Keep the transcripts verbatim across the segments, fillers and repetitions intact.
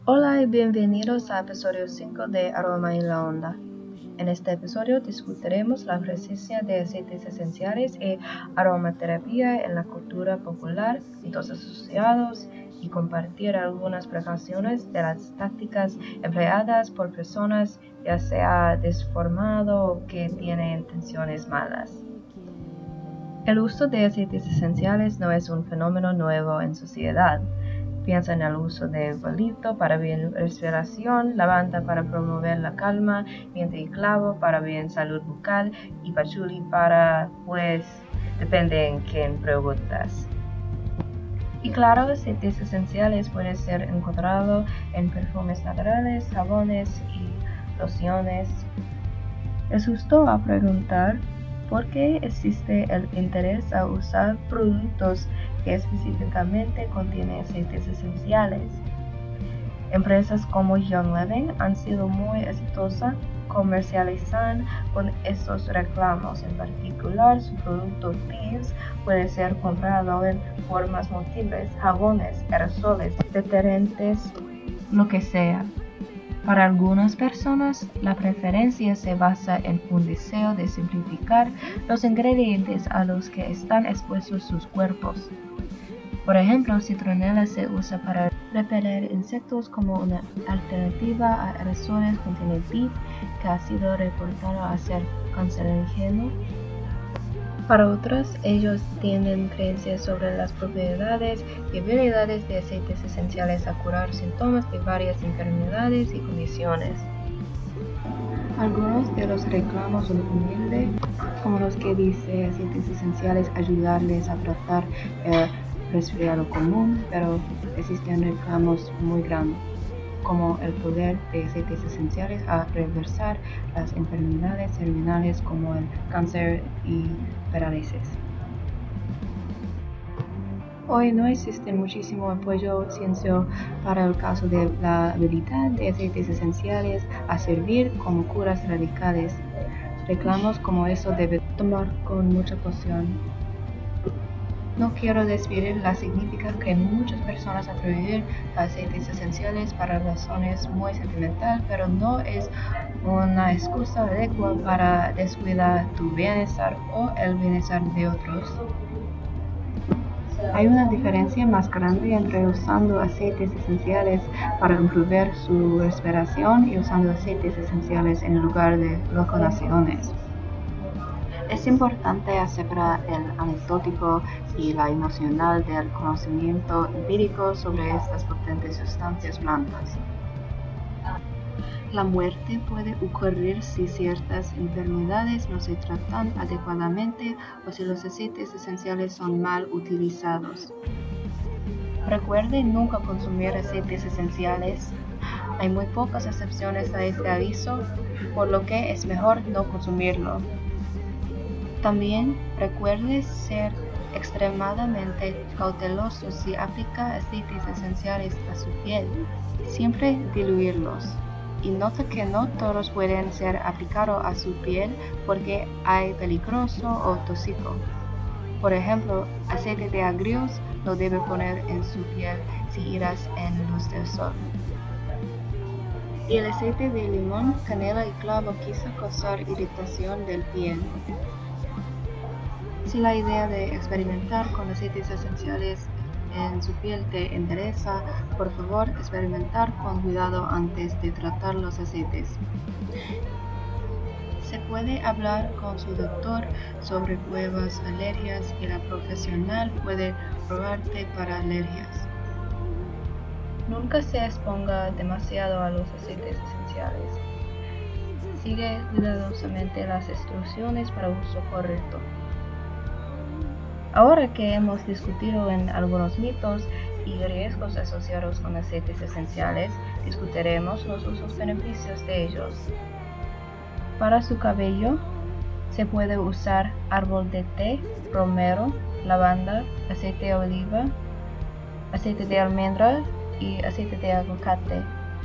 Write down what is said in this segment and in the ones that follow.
Hola y bienvenidos al episodio cinco de Aroma y la Onda. En este episodio discutiremos la presencia de aceites esenciales y aromaterapia en la cultura popular, mitos asociados y compartir algunas precauciones de las tácticas empleadas por personas ya sea desinformado o que tienen intenciones malas. El uso de aceites esenciales no es un fenómeno nuevo en sociedad. Piensa en el uso de eucalipto para bien respiración, lavanda para promover la calma, miente y clavo para bien salud bucal y pachuli para, pues, depende en quién preguntas. Y claro, aceites esenciales pueden ser encontrados en perfumes naturales, jabones y lociones. Es justo a preguntar por qué existe el interés a usar productos que específicamente contienen aceites esenciales. Empresas como Young Living han sido muy exitosas comercializando con estos reclamos. En particular, su producto Thieves puede ser comprado en formas múltiples, jabones, aerosoles, detergentes, lo que sea. Para algunas personas, la preferencia se basa en un deseo de simplificar los ingredientes a los que están expuestos sus cuerpos. Por ejemplo, citronela se usa para repeler insectos como una alternativa a aerosoles que contienen P I F, que ha sido reportado a ser cancerígeno. Para otros, ellos tienen creencias sobre las propiedades y habilidades de aceites esenciales a curar síntomas de varias enfermedades y condiciones. Algunos de los reclamos son humildes, como los que dice aceites esenciales ayudarles a tratar el resfriado común, pero existen reclamos muy grandes, como el poder de aceites esenciales a reversar las enfermedades terminales como el cáncer y parálisis. Hoy no existe muchísimo apoyo científico para el caso de la habilidad de aceites esenciales a servir como curas radicales. Reclamos como eso debe tomar con mucha caución. No quiero desviar la significancia que muchas personas atribuyen a aceites esenciales para razones muy sentimentales, pero no es una excusa adecuada para descuidar tu bienestar o el bienestar de otros. Hay una diferencia más grande entre usando aceites esenciales para improver su respiración y usando aceites esenciales en lugar de lociones. Es importante separar el anecdótico y la emocional del conocimiento empírico sobre estas potentes sustancias blancas. La muerte puede ocurrir si ciertas enfermedades no se tratan adecuadamente o si los aceites esenciales son mal utilizados. Recuerde nunca consumir aceites esenciales. Hay muy pocas excepciones a este aviso, por lo que es mejor no consumirlo. También recuerde ser extremadamente cauteloso si aplica aceites esenciales a su piel. Siempre diluirlos. Y nota que no todos pueden ser aplicados a su piel porque hay peligroso o tóxico. Por ejemplo, aceite de agrios no debe poner en su piel si irás en luz del sol. Y el aceite de limón, canela y clavo quizá causar irritación del piel. Si la idea de experimentar con aceites esenciales en su piel te interesa, por favor experimentar con cuidado antes de tratar los aceites. Se puede hablar con su doctor sobre pruebas alergias y la profesional puede probarte para alergias. Nunca se exponga demasiado a los aceites esenciales. Sigue cuidadosamente las instrucciones para uso correcto. Ahora que hemos discutido en algunos mitos y riesgos asociados con aceites esenciales, discutiremos los usos y beneficios de ellos. Para su cabello, se puede usar árbol de té, romero, lavanda, aceite de oliva, aceite de almendra y aceite de aguacate.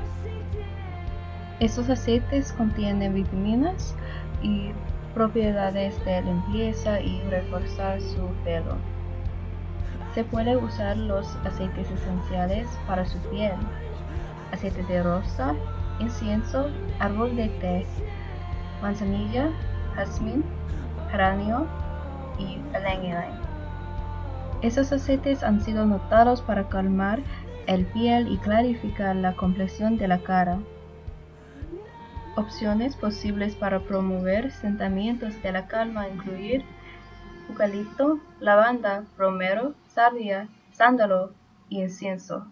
Estos aceites contienen vitaminas y propiedades de limpieza y reforzar su pelo. Se puede usar los aceites esenciales para su piel. aceite de rosa, incienso, árbol de té, manzanilla, jazmín, geranio y ylang ylang. Esos aceites han sido notados para calmar el piel y clarificar la complexión de la cara. Opciones posibles para promover sentimientos de la calma incluyen eucalipto, lavanda, romero, salvia, sándalo y incienso.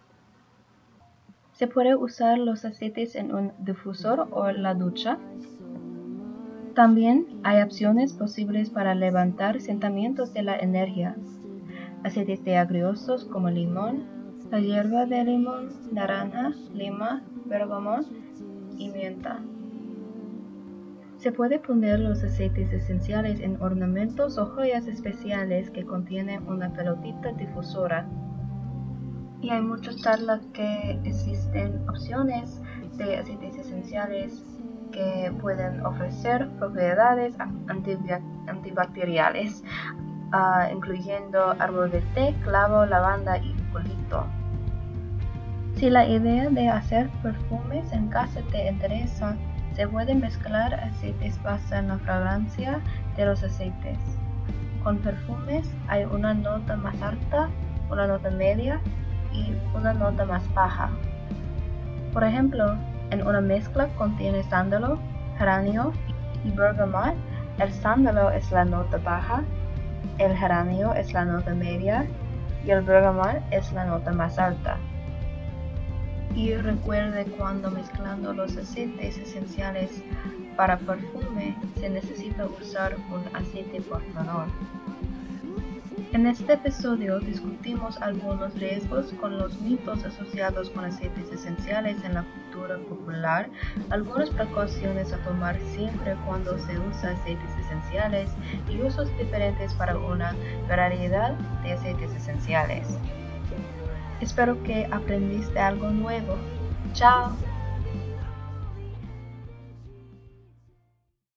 Se puede usar los aceites en un difusor o en la ducha. También hay opciones posibles para levantar sentimientos de la energía. Aceites de agriostos como limón, la hierba de limón, naranja, lima, bergamot y menta. Se puede poner los aceites esenciales en ornamentos o joyas especiales que contienen una pelotita difusora. Y hay muchas charlas que existen opciones de aceites esenciales que pueden ofrecer propiedades antibacteriales, uh, incluyendo árbol de té, clavo, lavanda y eucalipto. Si la idea de hacer perfumes en casa te interesa, se pueden mezclar aceites basados en la fragancia de los aceites. Con perfumes hay una nota más alta, una nota media y una nota más baja. Por ejemplo, en una mezcla contiene sándalo, geranio y bergamot. El sándalo es la nota baja, el geranio es la nota media y el bergamot es la nota más alta. Y recuerde, cuando mezclando los aceites esenciales para perfume, se necesita usar un aceite portador. En este episodio discutimos algunos riesgos con los mitos asociados con aceites esenciales en la cultura popular, algunas precauciones a tomar siempre cuando se usa aceites esenciales y usos diferentes para una variedad de aceites esenciales. Espero que aprendiste algo nuevo. ¡Chao!